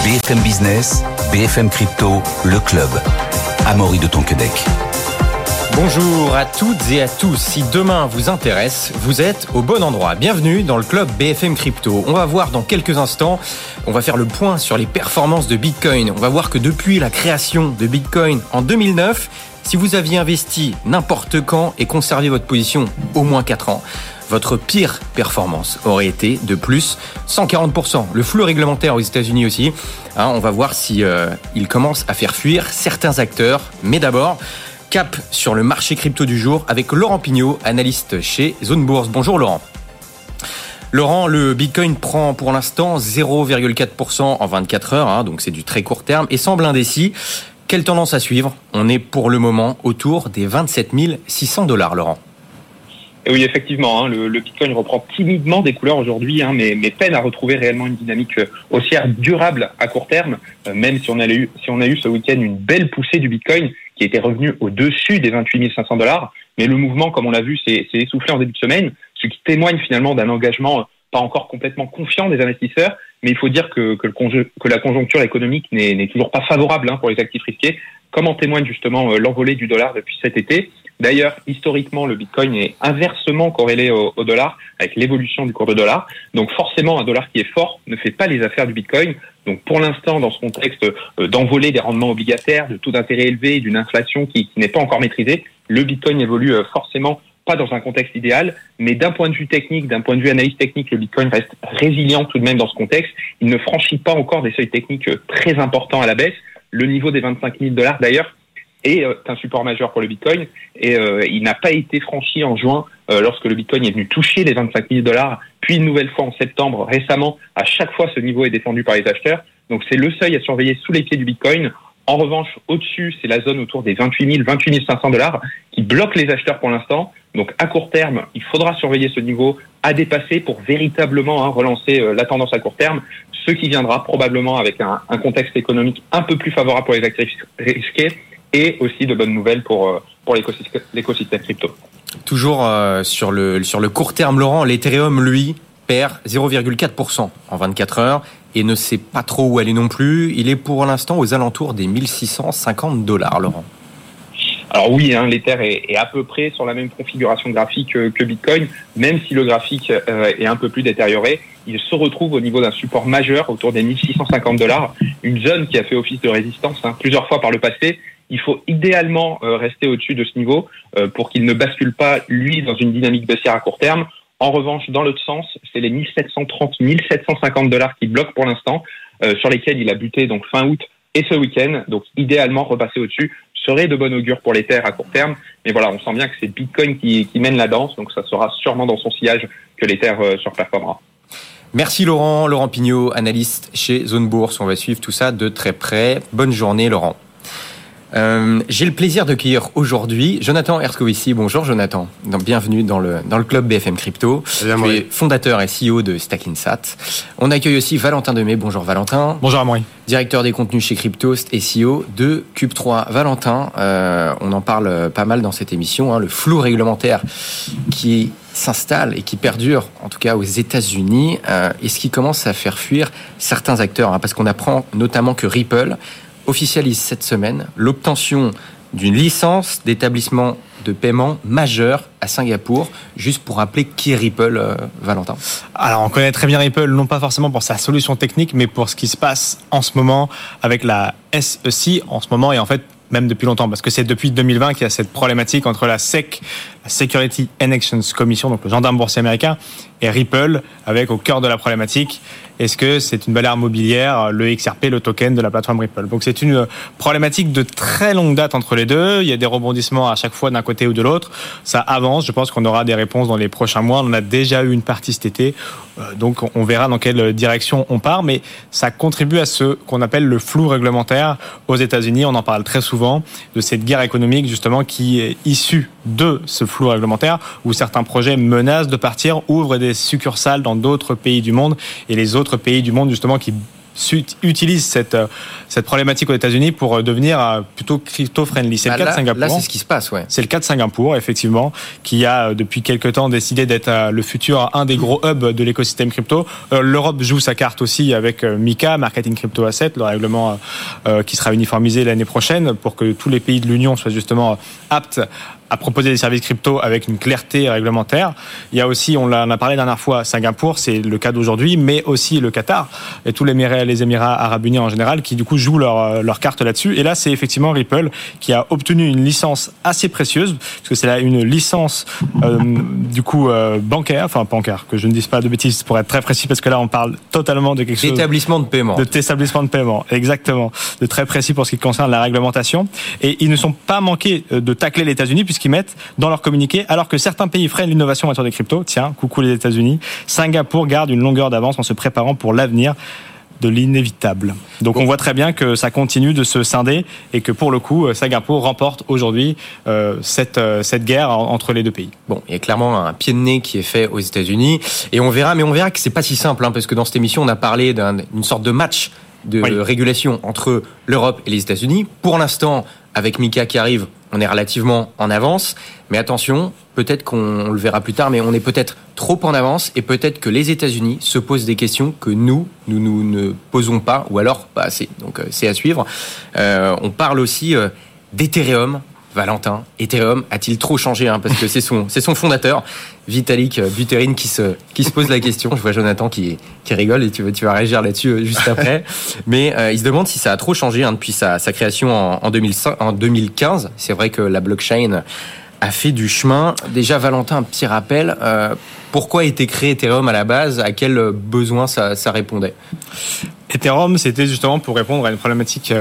BFM Business, BFM Crypto, le club. Amaury de Tonquédec. Bonjour à toutes et à tous. Si demain vous intéresse, vous êtes au bon endroit. Bienvenue dans le club BFM Crypto. On va voir dans quelques instants, on va faire le point sur les performances de Bitcoin. On va voir que depuis la création de Bitcoin en 2009, si vous aviez investi n'importe quand et conservé votre position au moins 4 ans, votre pire performance aurait été de plus 140%. Le flou réglementaire aux États-Unis aussi. On va voir si il commence à faire fuir certains acteurs. Mais d'abord, cap sur le marché crypto du jour avec Laurent Pignot, analyste chez Zone Bourse. Bonjour Laurent. Laurent, le Bitcoin prend pour l'instant 0,4% en 24 heures, donc c'est du très court terme, et semble indécis. Quelle tendance à suivre ? On est pour le moment autour des 27 600 $, Laurent. Et oui, effectivement, le Bitcoin reprend timidement des couleurs aujourd'hui, mais peine à retrouver réellement une dynamique haussière durable à court terme, même si on a eu ce week-end une belle poussée du Bitcoin qui était revenu au-dessus des 28 500 $. Mais le mouvement, comme on l'a vu, s'est essoufflé en début de semaine, ce qui témoigne finalement d'un engagement pas encore complètement confiant des investisseurs. Mais il faut dire que la conjoncture économique n'est toujours pas favorable pour les actifs risqués, comme en témoigne justement l'envolée du dollar depuis cet été. D'ailleurs, historiquement, le Bitcoin est inversement corrélé au dollar, avec l'évolution du cours de dollar. Donc forcément, un dollar qui est fort ne fait pas les affaires du Bitcoin. Donc pour l'instant, dans ce contexte d'envolée des rendements obligataires, de taux d'intérêt élevés, d'une inflation qui n'est pas encore maîtrisée, le Bitcoin évolue forcément pas dans un contexte idéal, mais d'un point de vue technique, d'un point de vue analyse technique, le Bitcoin reste résilient tout de même dans ce contexte. Il ne franchit pas encore des seuils techniques très importants à la baisse. Le niveau des 25 000 $ d'ailleurs est un support majeur pour le Bitcoin et il n'a pas été franchi en juin lorsque le Bitcoin est venu toucher les 25 000 $, puis une nouvelle fois en septembre récemment. À chaque fois, ce niveau est défendu par les acheteurs. Donc c'est le seuil à surveiller sous les pieds du Bitcoin. En revanche, au-dessus, c'est la zone autour des 28 000, 28 500 $ qui bloque les acheteurs pour l'instant. Donc à court terme, il faudra surveiller ce niveau à dépasser pour véritablement relancer la tendance à court terme, ce qui viendra probablement avec un contexte économique un peu plus favorable pour les actifs risqués et aussi de bonnes nouvelles pour l'écosystème crypto. Toujours sur le court terme, Laurent, l'Ethereum, lui, perd 0,4% en 24 heures et ne sait pas trop où aller non plus. Il est pour l'instant aux alentours des 1650 $, Laurent. Alors oui, l'Ether est à peu près sur la même configuration graphique que Bitcoin, même si le graphique est un peu plus détérioré. Il se retrouve au niveau d'un support majeur autour des 1650 $, une zone qui a fait office de résistance plusieurs fois par le passé. Il faut idéalement rester au-dessus de ce niveau pour qu'il ne bascule pas, lui, dans une dynamique baissière à court terme. En revanche, dans l'autre sens, c'est les 1730, 1750 $ qui bloquent pour l'instant, sur lesquels il a buté donc fin août et ce week-end. Donc idéalement, repasser au-dessus serait de bon augure pour l'Ether à court terme. Mais voilà, on sent bien que c'est Bitcoin qui mène la danse, donc ça sera sûrement dans son sillage que l'Ether surperformera. Merci Laurent Pignot, analyste chez Zone Bourse. On va suivre tout ça de très près. Bonne journée Laurent. J'ai le plaisir d'accueillir aujourd'hui Jonathan Erskovici. Bonjour Jonathan, bienvenue dans le club BFM Crypto. Tu es fondateur et CEO de Stackinsat. On accueille aussi Valentin Demey. Bonjour Valentin. Bonjour Amaury. Directeur des contenus chez Cryptost et CEO de Cube3. Valentin, on en parle pas mal dans cette émission, le flou réglementaire qui s'installe et qui perdure, en tout cas aux États-Unis, et ce qui commence à faire fuir certains acteurs, parce qu'on apprend notamment que Ripple officialise cette semaine l'obtention d'une licence d'établissement de paiement majeur à Singapour. Juste pour rappeler qui est Ripple, Valentin. Alors on connaît très bien Ripple, non pas forcément pour sa solution technique, mais pour ce qui se passe en ce moment avec la SEC en ce moment, et en fait même depuis longtemps, parce que c'est depuis 2020 qu'il y a cette problématique entre la SEC, la Security and Exchange Commission, donc le gendarme boursier américain, et Ripple, avec au cœur de la problématique, est-ce que c'est une valeur mobilière, le XRP, le token de la plateforme Ripple. Donc c'est une problématique de très longue date entre les deux, il y a des rebondissements à chaque fois d'un côté ou de l'autre, ça avance, je pense qu'on aura des réponses dans les prochains mois, on en a déjà eu une partie cet été, donc on verra dans quelle direction on part, mais ça contribue à ce qu'on appelle le flou réglementaire aux États-Unis, on en parle très souvent, de cette guerre économique justement qui est issue de ce flou réglementaire, où certains projets menacent de partir, ouvrent des succursales dans d'autres pays du monde, et les autres pays du monde justement qui utilisent cette problématique aux États-Unis pour devenir plutôt crypto-friendly. C'est le cas de Singapour. Là, c'est ce qui se passe, ouais. C'est le cas de Singapour, effectivement, qui a depuis quelques temps décidé d'être le futur, un des gros hubs de l'écosystème crypto. L'Europe joue sa carte aussi avec MiCA, Marketing Crypto Asset, le règlement qui sera uniformisé l'année prochaine pour que tous les pays de l'Union soient justement aptes à proposer des services crypto avec une clarté réglementaire. Il y a aussi, on en a parlé la dernière fois, Singapour, c'est le cas d'aujourd'hui, mais aussi le Qatar et tous les Émirats arabes unis en général qui du coup jouent leur carte là-dessus. Et là, c'est effectivement Ripple qui a obtenu une licence assez précieuse, parce que c'est là une licence bancaire, que je ne dise pas de bêtises pour être très précis, parce que là, on parle totalement de quelque chose... D'établissement de paiement. D'établissement de paiement, exactement. De très précis pour ce qui concerne la réglementation. Et ils ne sont pas manqués de tacler les États-Unis, puisqu'ils mettent dans leur communiqué, alors que certains pays freinent l'innovation en matière de crypto, tiens, coucou les États-Unis, Singapour garde une longueur d'avance en se préparant pour l'avenir de l'inévitable. Donc on voit très bien que ça continue de se scinder et que pour le coup, Singapour remporte aujourd'hui cette guerre entre les deux pays. Bon, il y a clairement un pied de nez qui est fait aux États-Unis et on verra que c'est pas si simple, parce que dans cette émission, on a parlé d'une sorte de match de régulation entre l'Europe et les États-Unis. Pour l'instant, avec MiCA qui arrive, on est relativement en avance, mais attention, peut-être qu'on le verra plus tard, mais on est peut-être trop en avance et peut-être que les États-Unis se posent des questions que nous ne posons pas, ou alors pas assez. Donc c'est à suivre. On parle aussi d'Ethereum. Valentin, Ethereum a-t-il trop changé, parce que c'est son fondateur, Vitalik Buterin, qui se pose la question. Je vois Jonathan qui rigole et tu vas réagir là-dessus juste après. Mais il se demande si ça a trop changé depuis sa création en 2015. C'est vrai que la blockchain a fait du chemin. Déjà, Valentin, un petit rappel. Pourquoi a été créé Ethereum à la base ? À quel besoin ça répondait ? Ethereum, c'était justement pour répondre à une problématique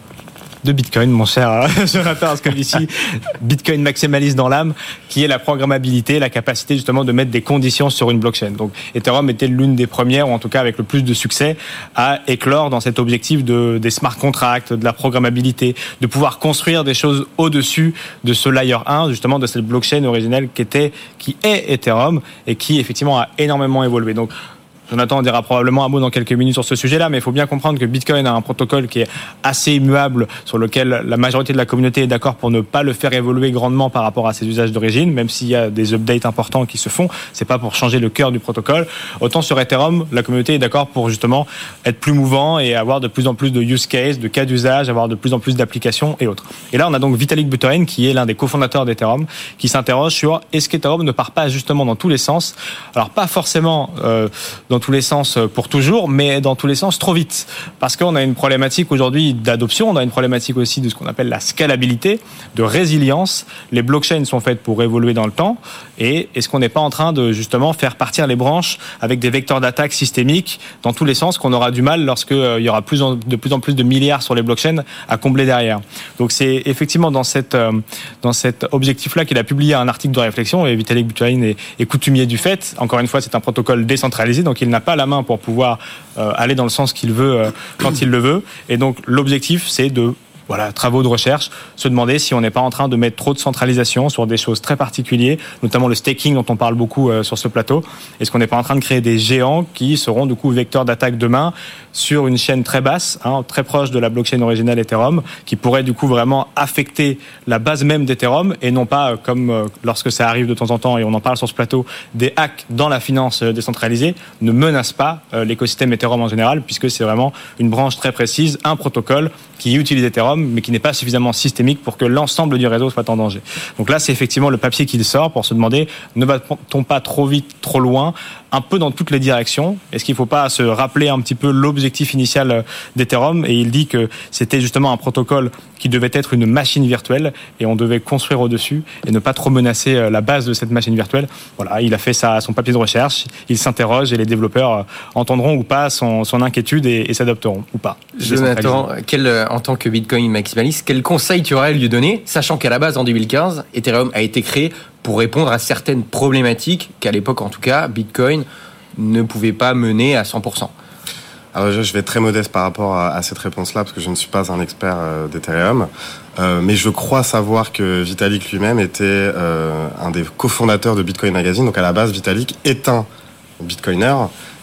de Bitcoin, mon cher Jonathan Moscovici, Bitcoin maximaliste dans l'âme, qui est la programmabilité, la capacité justement de mettre des conditions sur une blockchain. Donc Ethereum était l'une des premières, ou en tout cas avec le plus de succès, à éclore dans cet objectif des smart contracts, de la programmabilité, de pouvoir construire des choses au-dessus de ce layer 1, justement de cette blockchain originelle qui est Ethereum et qui effectivement a énormément évolué. Donc Jonathan dira probablement un mot dans quelques minutes sur ce sujet-là, mais il faut bien comprendre que Bitcoin a un protocole qui est assez immuable, sur lequel la majorité de la communauté est d'accord pour ne pas le faire évoluer grandement par rapport à ses usages d'origine, même s'il y a des updates importants qui se font. C'est pas pour changer le cœur du protocole. Autant sur Ethereum, la communauté est d'accord pour justement être plus mouvant et avoir de plus en plus de use cases, de cas d'usage, avoir de plus en plus d'applications et autres. Et là, on a donc Vitalik Buterin, qui est l'un des cofondateurs d'Ethereum, qui s'interroge sur est-ce qu'Ethereum ne part pas justement dans tous les sens. Alors pas forcément dans tous les sens pour toujours, mais dans tous les sens trop vite. Parce qu'on a une problématique aujourd'hui d'adoption, on a une problématique aussi de ce qu'on appelle la scalabilité, de résilience. Les blockchains sont faites pour évoluer dans le temps, et est-ce qu'on n'est pas en train de justement faire partir les branches avec des vecteurs d'attaque systémiques dans tous les sens qu'on aura du mal lorsqu'il y aura de plus en plus de milliards sur les blockchains à combler derrière. Donc c'est effectivement dans cet objectif-là qu'il a publié un article de réflexion, et Vitalik Buterin est coutumier du fait. Encore une fois, c'est un protocole décentralisé, donc il n'a pas la main pour pouvoir aller dans le sens qu'il veut quand il le veut. Et donc l'objectif, c'est de travaux de recherche, se demander si on n'est pas en train de mettre trop de centralisation sur des choses très particulières, notamment le staking dont on parle beaucoup sur ce plateau. Est-ce qu'on n'est pas en train de créer des géants qui seront du coup vecteurs d'attaque demain sur une chaîne très basse, très proche de la blockchain originale Ethereum, qui pourrait du coup vraiment affecter la base même d'Ethereum, et non pas comme lorsque ça arrive de temps en temps, et on en parle sur ce plateau, des hacks dans la finance décentralisée ne menacent pas l'écosystème Ethereum en général, puisque c'est vraiment une branche très précise, un protocole qui utilise Ethereum, mais qui n'est pas suffisamment systémique pour que l'ensemble du réseau soit en danger. Donc là, c'est effectivement le papier qu'il sort pour se demander, ne va-t-on pas trop vite, trop loin, un peu dans toutes les directions? Est-ce qu'il ne faut pas se rappeler un petit peu l'objectif initial d'Ethereum? Et il dit que c'était justement un protocole qui devait être une machine virtuelle, et on devait construire au-dessus et ne pas trop menacer la base de cette machine virtuelle. Voilà, il a fait son papier de recherche, il s'interroge, et les développeurs entendront ou pas son inquiétude et s'adapteront ou pas. Jonathan, en tant que Bitcoin maximaliste, quel conseil tu aurais à lui donner, sachant qu'à la base, en 2015, Ethereum a été créé pour répondre à certaines problématiques qu'à l'époque, en tout cas, Bitcoin ne pouvait pas mener à 100%. Alors je vais être très modeste par rapport à cette réponse-là, parce que je ne suis pas un expert d'Ethereum, mais je crois savoir que Vitalik lui-même était un des cofondateurs de Bitcoin Magazine. Donc à la base, Vitalik est un bitcoiner,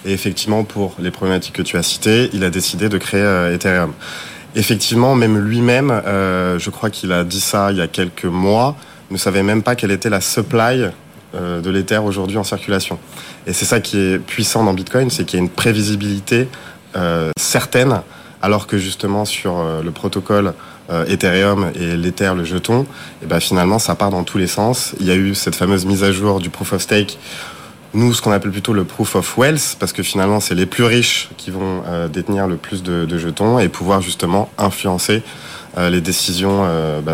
Et effectivement, pour les problématiques que tu as citées, il a décidé de créer Ethereum. Effectivement, même lui-même, je crois qu'il a dit ça il y a quelques mois, ne savait même pas quelle était la supply de l'Ether aujourd'hui en circulation. Et c'est ça qui est puissant dans Bitcoin, c'est qu'il y a une prévisibilité certaine, alors que justement sur le protocole Ethereum et l'Ether, le jeton, et ben finalement ça part dans tous les sens. Il y a eu cette fameuse mise à jour du Proof of Stake, nous ce qu'on appelle plutôt le Proof of Wealth, parce que finalement c'est les plus riches qui vont détenir le plus de jetons et pouvoir justement influencer les décisions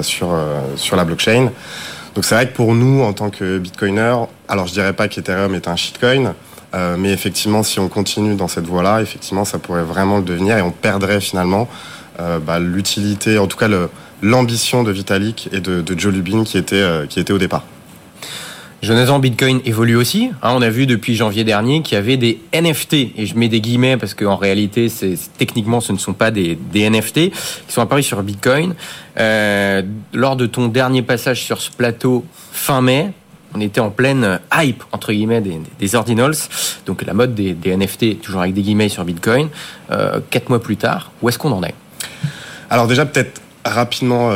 sur la blockchain. Donc c'est vrai que pour nous en tant que bitcoiner, alors je dirais pas qu'Ethereum est un shitcoin, mais effectivement si on continue dans cette voie-là, effectivement ça pourrait vraiment le devenir et on perdrait finalement l'utilité, en tout cas l'ambition de Vitalik et de Joe Lubin qui était au départ. Jonathan, Bitcoin évolue aussi. On a vu depuis janvier dernier qu'il y avait des NFT, et je mets des guillemets parce qu'en réalité, techniquement, ce ne sont pas des NFT, qui sont apparus sur Bitcoin. Lors de ton dernier passage sur ce plateau fin mai, on était en pleine hype, entre guillemets, des ordinals, donc la mode des NFT, toujours avec des guillemets sur Bitcoin. 4 mois plus tard, où est-ce qu'on en est ? Alors déjà, peut-être rapidement...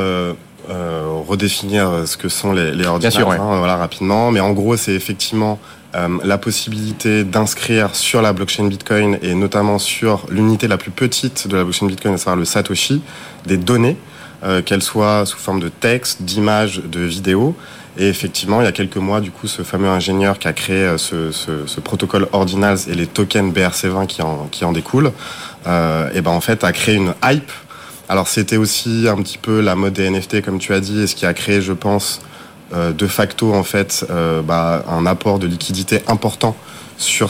redéfinir ce que sont les ordinals, sûr, ouais. Voilà, rapidement. Mais en gros, c'est effectivement la possibilité d'inscrire sur la blockchain Bitcoin et notamment sur l'unité la plus petite de la blockchain Bitcoin, à savoir le Satoshi, des données, qu'elles soient sous forme de texte, d'image, de vidéo. Et effectivement, il y a quelques mois, du coup, ce fameux ingénieur qui a créé ce protocole Ordinals et les tokens BRC20 qui en découlent, et ben en fait a créé une hype. Alors c'était aussi un petit peu la mode des NFT comme tu as dit, et ce qui a créé, je pense, de facto en fait un apport de liquidité important sur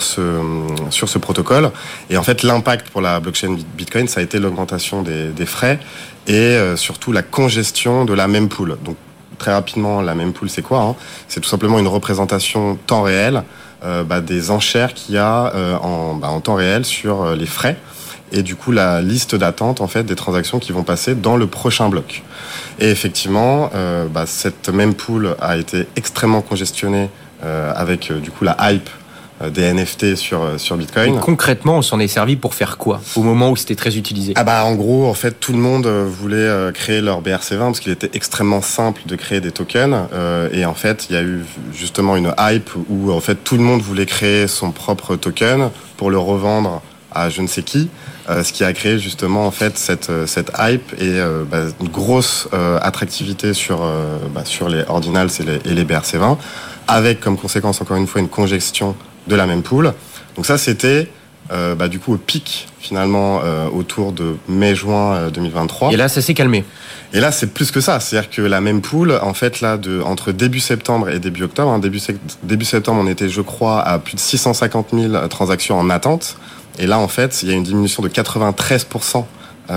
ce protocole. Et en fait l'impact pour la blockchain Bitcoin, ça a été l'augmentation des frais et surtout la congestion de la mempool. Donc très rapidement, la mempool c'est quoi C'est tout simplement une représentation temps réel des enchères qu'il y a en temps réel sur les frais. Et du coup la liste d'attente en fait des transactions qui vont passer dans le prochain bloc. Et effectivement, cette même pool a été extrêmement congestionnée avec du coup la hype des NFT sur Bitcoin. Et concrètement, on s'en est servi pour faire quoi au moment où c'était très utilisé ? En gros, en fait, tout le monde voulait créer leur BRC20 parce qu'il était extrêmement simple de créer des tokens. Et en fait, il y a eu justement une hype où en fait tout le monde voulait créer son propre token pour le revendre à je ne sais qui, ce qui a créé justement en fait cette hype et une grosse attractivité sur les ordinals et les BRC20, avec comme conséquence encore une fois une congestion de la mempool. Donc ça c'était du coup au pic finalement autour de mai-juin 2023. Et là ça s'est calmé. Et là c'est plus que ça, c'est-à-dire que la mempool en fait là entre début septembre et début octobre, début septembre on était je crois à plus de 650 000 transactions en attente. Et là, en fait, il y a une diminution de 93%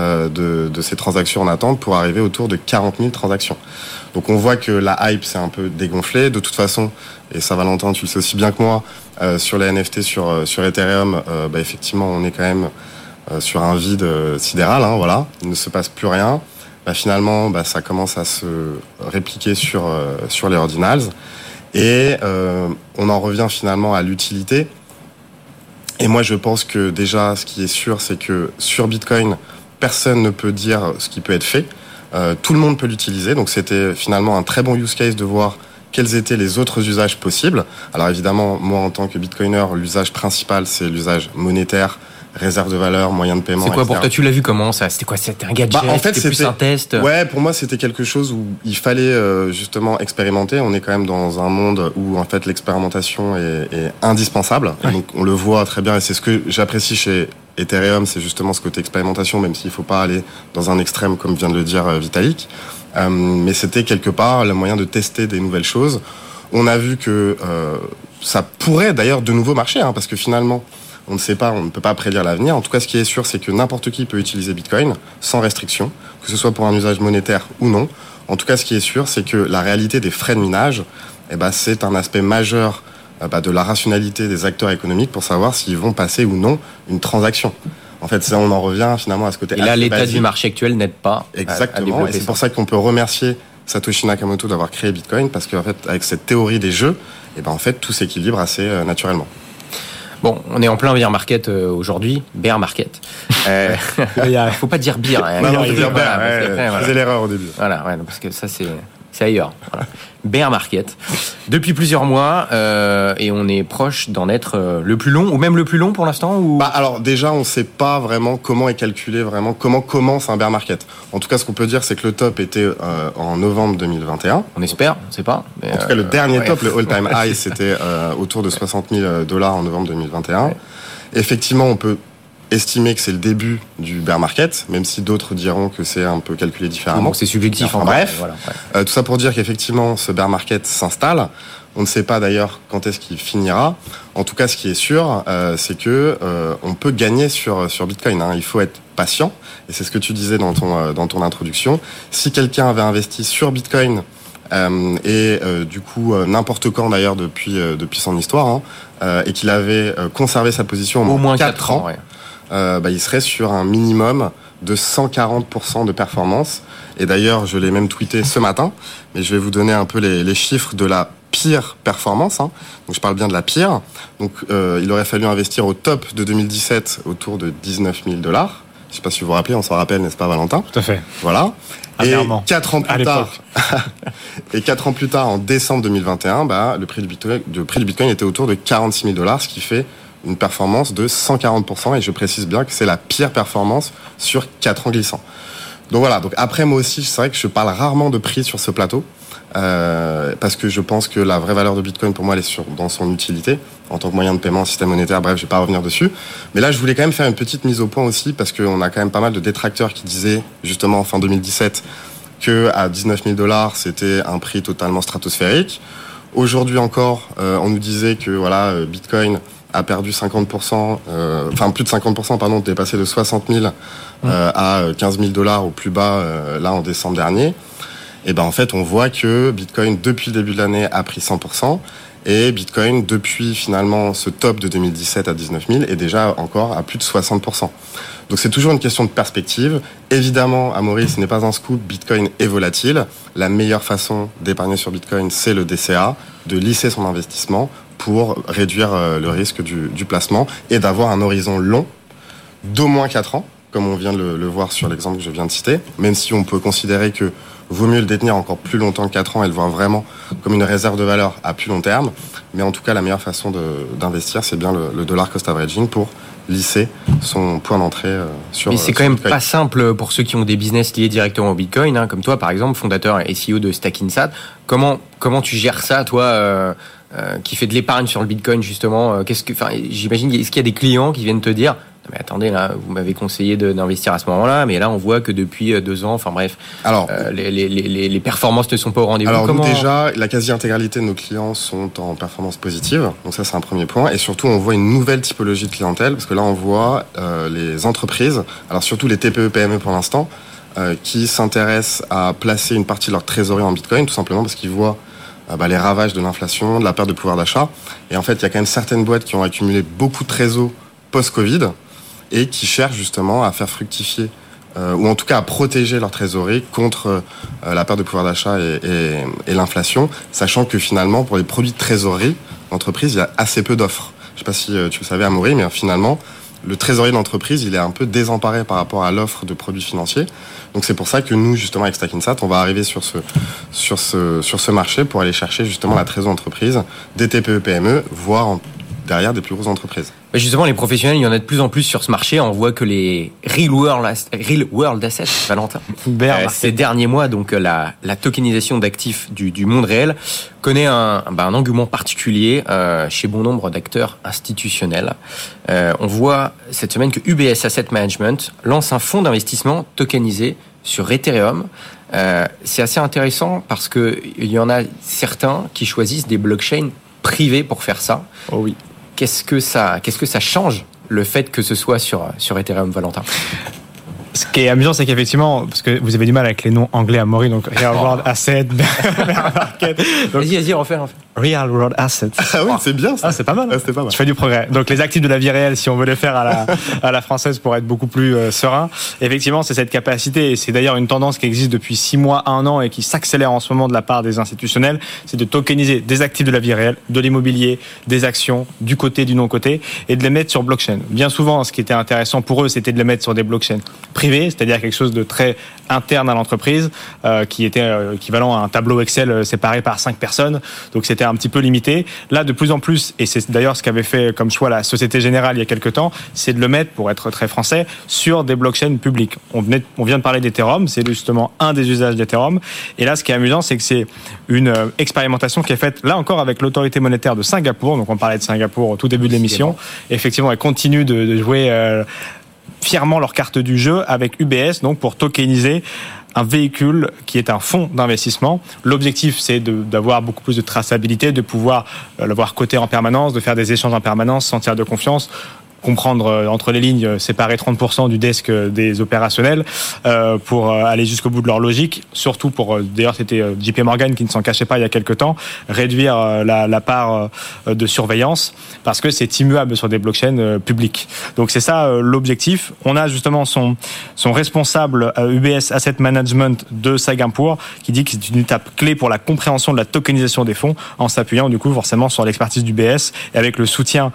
de ces transactions en attente pour arriver autour de 40 000 transactions. Donc, on voit que la hype s'est un peu dégonflée. De toute façon, et ça, Valentin, tu le sais aussi bien que moi, sur les NFT, sur Ethereum, effectivement, on est quand même sur un vide sidéral. Voilà, il ne se passe plus rien. Finalement, ça commence à se répliquer sur les ordinals. Et on en revient finalement à l'utilité. Et moi, je pense que déjà, ce qui est sûr, c'est que sur Bitcoin, personne ne peut dire ce qui peut être fait. Tout le monde peut l'utiliser. Donc, c'était finalement un très bon use case de voir quels étaient les autres usages possibles. Alors, évidemment, moi, en tant que Bitcoiner, l'usage principal, c'est l'usage monétaire, réserve de valeur, moyen de paiement. C'est quoi etc. pour toi ? Tu l'as vu comment ça ? C'était quoi ? C'était un gadget ? En fait, c'était plus un test ? Ouais, pour moi, c'était quelque chose où il fallait justement expérimenter. On est quand même dans un monde où en fait l'expérimentation est indispensable. Ouais. Donc on le voit très bien et c'est ce que j'apprécie chez Ethereum, c'est justement ce côté expérimentation, même s'il faut pas aller dans un extrême comme vient de le dire Vitalik. Mais c'était quelque part le moyen de tester des nouvelles choses. On a vu que ça pourrait d'ailleurs de nouveau marcher, parce que finalement on ne sait pas, on ne peut pas prédire l'avenir. En tout cas, ce qui est sûr, c'est que n'importe qui peut utiliser Bitcoin sans restriction, que ce soit pour un usage monétaire ou non. En tout cas, ce qui est sûr, c'est que la réalité des frais de minage, c'est un aspect majeur de la rationalité des acteurs économiques pour savoir s'ils vont passer ou non une transaction. En fait, ça, on en revient finalement à ce côté. Et là, l'état basique du marché actuel n'aide pas. Exactement. Et c'est pour ça qu'on peut remercier Satoshi Nakamoto d'avoir créé Bitcoin, parce qu'en fait, avec cette théorie des jeux, en fait, tout s'équilibre assez naturellement. Bon, on est en plein bear market aujourd'hui. Bear market. Faut pas dire beer. Non, faut dire bear. Je faisais l'erreur au début. Voilà, parce que ça c'est ailleurs. Voilà. Bear market. Depuis plusieurs mois, et on est proche d'en être le plus long, ou même le plus long pour l'instant ou... Alors déjà, on ne sait pas vraiment comment est calculé, vraiment comment commence un bear market. En tout cas, ce qu'on peut dire, c'est que le top était en novembre 2021. On espère, on ne sait pas. Mais en tout cas, le dernier top, le all-time high, c'était autour de $60,000 en novembre 2021. Ouais. Effectivement, on peut estimer que c'est le début du bear market, même si d'autres diront que c'est un peu calculé différemment. Donc c'est subjectif. Enfin, bref, voilà, ouais. Tout ça pour dire qu'effectivement, ce bear market s'installe. On ne sait pas d'ailleurs quand est-ce qu'il finira. En tout cas, ce qui est sûr, c'est que on peut gagner sur Bitcoin. Il faut être patient, et c'est ce que tu disais dans ton introduction. Si quelqu'un avait investi sur Bitcoin du coup n'importe quand d'ailleurs depuis son histoire, et qu'il avait conservé sa position au moins 4 ans. Ouais. Il serait sur un minimum de 140% de performance. Et d'ailleurs, je l'ai même tweeté ce matin, mais je vais vous donner un peu les chiffres de la pire performance. Donc je parle bien de la pire. Donc il aurait fallu investir au top de 2017 autour de $19,000. Je ne sais pas si vous vous rappelez, on s'en rappelle, n'est-ce pas Valentin ? Tout à fait. Voilà. Et 4 ans plus tard, en décembre 2021, le prix du Bitcoin était autour de $46,000, ce qui fait une performance de 140%, et je précise bien que c'est la pire performance sur 4 ans glissants. Donc voilà, donc après moi aussi, c'est vrai que je parle rarement de prix sur ce plateau, parce que je pense que la vraie valeur de Bitcoin, pour moi, elle est dans son utilité, en tant que moyen de paiement, système monétaire, bref, je vais pas revenir dessus. Mais là, je voulais quand même faire une petite mise au point aussi, parce qu'on a quand même pas mal de détracteurs qui disaient, justement, en fin 2017, que à $19,000, c'était un prix totalement stratosphérique. Aujourd'hui encore, on nous disait que voilà, Bitcoin a perdu 50%, plus de 50%, pardon, dépassé de 60 000 à $15,000 au plus bas là en décembre dernier. Et en fait, on voit que Bitcoin depuis le début de l'année a pris 100%, et Bitcoin depuis finalement ce top de 2017 à 19 000 est déjà encore à plus de 60%. Donc c'est toujours une question de perspective. Évidemment, Amaury, ce n'est pas un scoop, Bitcoin est volatile. La meilleure façon d'épargner sur Bitcoin, c'est le DCA, de lisser son investissement pour réduire le risque du placement et d'avoir un horizon long d'au moins 4 ans, comme on vient de le voir sur l'exemple que je viens de citer, même si on peut considérer que vaut mieux le détenir encore plus longtemps que 4 ans et le voir vraiment comme une réserve de valeur à plus long terme. Mais en tout cas, la meilleure façon d'investir, c'est bien le dollar cost averaging pour lisser son point d'entrée sur. Mais c'est quand même pas simple pour ceux qui ont des business liés directement au Bitcoin, comme toi par exemple, fondateur et CEO de Stackinsat. Comment tu gères ça, toi, qui fait de l'épargne sur le Bitcoin justement? J'imagine, est-ce qu'il y a des clients qui viennent te dire: mais attendez, là, vous m'avez conseillé d'investir à ce moment-là, mais là, on voit que depuis 2 ans, enfin bref, alors, les performances ne sont pas au rendez-vous. Alors, nous, déjà, la quasi-intégralité de nos clients sont en performance positive. Donc ça, c'est un premier point. Et surtout, on voit une nouvelle typologie de clientèle, parce que là, on voit les entreprises, alors surtout les TPE, PME pour l'instant, qui s'intéressent à placer une partie de leur trésorerie en Bitcoin, tout simplement parce qu'ils voient les ravages de l'inflation, de la perte de pouvoir d'achat. Et en fait, il y a quand même certaines boîtes qui ont accumulé beaucoup de trésors post-Covid, et qui cherchent justement à faire fructifier, ou en tout cas à protéger leur trésorerie contre la perte de pouvoir d'achat et l'inflation, sachant que finalement, pour les produits de trésorerie d'entreprise, il y a assez peu d'offres. Je ne sais pas si tu le savais, Amaury, mais finalement, le trésorier d'entreprise, il est un peu désemparé par rapport à l'offre de produits financiers. Donc c'est pour ça que nous, justement, avec Stackinsat, on va arriver sur ce marché pour aller chercher justement la trésorerie d'entreprise, des TPE, PME, voire derrière des plus grosses entreprises. Justement, les professionnels, il y en a de plus en plus sur ce marché. On voit que les real world assets, Valentin, ces derniers mois, donc la tokenisation d'actifs du monde réel, connaît un engouement particulier chez bon nombre d'acteurs institutionnels. On voit cette semaine que UBS Asset Management lance un fonds d'investissement tokenisé sur Ethereum. C'est assez intéressant parce que il y en a certains qui choisissent des blockchains privées pour faire ça. Oh oui. Qu'est-ce que ça change, le fait que ce soit sur Ethereum, Valentin? Ce qui est amusant, c'est qu'effectivement, parce que vous avez du mal avec les noms anglais, Amaury, donc Real World Asset, Bear Market. Vas-y, refais. Real World Assets. Ah oui, c'est bien ça. Ah, c'est pas mal. C'est pas mal. Je fais du progrès. Donc les actifs de la vie réelle, si on veut les faire à la française pour être beaucoup plus serein. Effectivement, c'est cette capacité, et c'est d'ailleurs une tendance qui existe depuis 6 mois à 1 an et qui s'accélère en ce moment de la part des institutionnels, c'est de tokeniser des actifs de la vie réelle, de l'immobilier, des actions, du côté, du non-côté, et de les mettre sur blockchain. Bien souvent, ce qui était intéressant pour eux, c'était de les mettre sur des blockchains privées, c'est-à-dire quelque chose de très interne à l'entreprise, qui était équivalent à un tableau Excel séparé par 5 personnes. Donc c'était un petit peu limité. Là, de plus en plus, et c'est d'ailleurs ce qu'avait fait comme choix la Société Générale il y a quelques temps, c'est de le mettre, pour être très français, sur des blockchains publiques. On vient de parler d'Ethereum, c'est justement un des usages d'Ethereum. Et là, ce qui est amusant, c'est que c'est une expérimentation qui est faite, là encore, avec l'autorité monétaire de Singapour. Donc on parlait de Singapour au tout début de l'émission. Effectivement, elle continue de jouer fièrement leur carte du jeu avec UBS, donc pour tokeniser un véhicule qui est un fonds d'investissement. L'objectif, c'est d'avoir beaucoup plus de traçabilité, de pouvoir l'avoir coté en permanence, de faire des échanges en permanence, sentir de confiance, comprendre entre les lignes, séparer 30% du desk des opérationnels pour aller jusqu'au bout de leur logique, surtout pour, d'ailleurs c'était JP Morgan qui ne s'en cachait pas il y a quelques temps, réduire la part de surveillance parce que c'est immuable sur des blockchains publiques. Donc c'est ça l'objectif. On a justement son responsable UBS Asset Management de Singapour qui dit que c'est une étape clé pour la compréhension de la tokenisation des fonds en s'appuyant du coup forcément sur l'expertise d'UBS et avec le soutien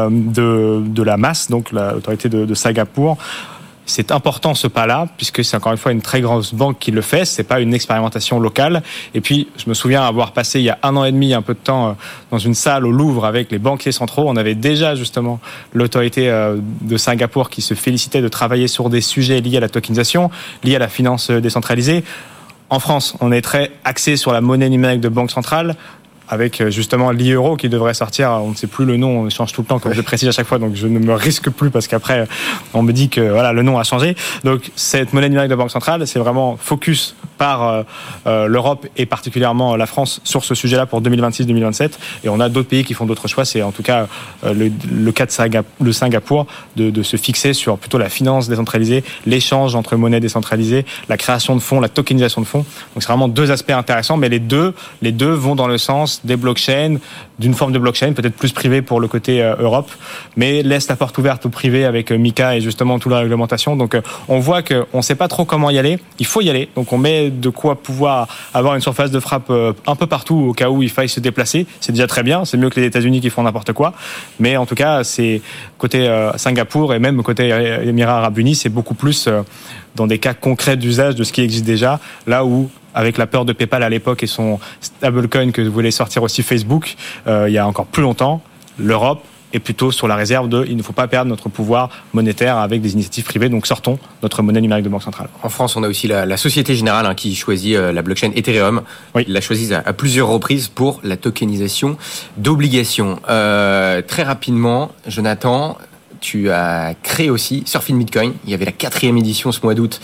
de la MAS, donc l'autorité de Singapour. C'est important ce pas-là, puisque c'est encore une fois une très grosse banque qui le fait, c'est pas une expérimentation locale. Et puis, je me souviens avoir passé il y a 1 an et demi, un peu de temps, dans une salle au Louvre avec les banquiers centraux. On avait déjà justement l'autorité de Singapour qui se félicitait de travailler sur des sujets liés à la tokenisation, liés à la finance décentralisée. En France, on est très axé sur la monnaie numérique de banque centrale, avec justement l'e-euro qui devrait sortir, on ne sait plus le nom, on change tout le temps comme je précise à chaque fois, donc je ne me risque plus parce qu'après on me dit que voilà, le nom a changé. Donc cette monnaie numérique de banque centrale, c'est vraiment focus par l'Europe et particulièrement la France sur ce sujet-là pour 2026-2027, et on a d'autres pays qui font d'autres choix. C'est en tout cas le cas de Singapour de se fixer sur plutôt la finance décentralisée, l'échange entre monnaies décentralisées, la création de fonds, la tokenisation de fonds. Donc c'est vraiment 2 aspects intéressants, mais les deux vont dans le sens des blockchains, d'une forme de blockchain peut-être plus privée pour le côté Europe, mais laisse la porte ouverte au privé avec MiCA et justement toute la réglementation. Donc on voit qu'on ne sait pas trop comment y aller, il faut y aller, donc on met de quoi pouvoir avoir une surface de frappe un peu partout au cas où il faille se déplacer. C'est déjà très bien, c'est mieux que les États-Unis qui font n'importe quoi, mais en tout cas c'est côté Singapour et même côté Émirats Arabes Unis, c'est beaucoup plus dans des cas concrets d'usage de ce qui existe déjà, là où avec la peur de PayPal à l'époque et son stablecoin que voulait sortir aussi Facebook il y a encore plus longtemps, l'Europe est plutôt sur la réserve de il ne faut pas perdre notre pouvoir monétaire avec des initiatives privées, donc sortons notre monnaie numérique de banque centrale. En France, on a aussi la Société Générale qui choisit la blockchain Ethereum. Oui. Ils la choisissent à plusieurs reprises pour la tokenisation d'obligations. Très rapidement, Jonathan, tu as créé aussi Surfing Bitcoin. Il y avait la 4e édition ce mois d'août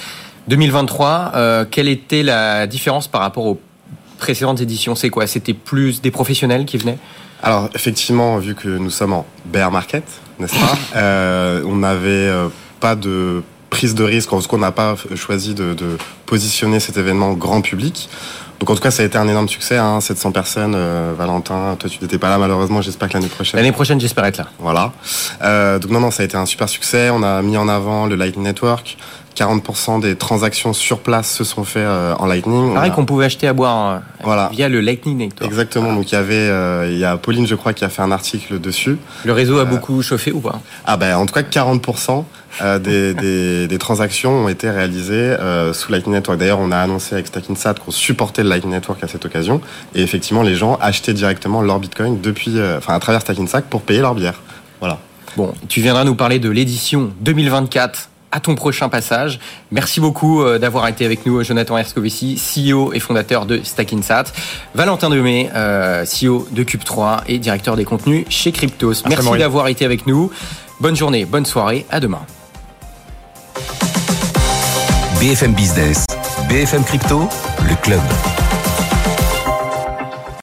2023, quelle était la différence par rapport aux précédentes éditions? C'est quoi? C'était plus des professionnels qui venaient? Alors effectivement, vu que nous sommes en bear market, n'est-ce pas, on n'avait pas de prise de risque, en tout cas on n'a pas choisi de positionner cet événement grand public. Donc en tout cas ça a été un énorme succès, 700 personnes. Valentin, toi tu n'étais pas là malheureusement, j'espère que l'année prochaine. L'année prochaine j'espère être là. Voilà. Donc non, ça a été un super succès. On a mis en avant le Lightning Network. 40% des transactions sur place se sont faites en Lightning. Pareil qu'on pouvait acheter à boire via le Lightning Network. Exactement. Donc il y a Pauline, je crois, qui a fait un article dessus. Le réseau a beaucoup chauffé ou pas? En tout cas 40% des transactions ont été réalisées sous Lightning Network. D'ailleurs, on a annoncé avec Stackinsat qu'on supportait le Lightning Network à cette occasion. Et effectivement, les gens achetaient directement leur Bitcoin depuis, à travers Stackinsat pour payer leur bière. Voilà. Bon, tu viendras nous parler de l'édition 2024 à ton prochain passage. Merci beaucoup d'avoir été avec nous, Jonathan Erskovici, CEO et fondateur de Stackinsat. Valentin Demey, CEO de Cube3 et directeur des contenus chez Cryptos. Merci d'avoir été avec nous. Bonne journée, bonne soirée, à demain. BFM Business, BFM Crypto, le club.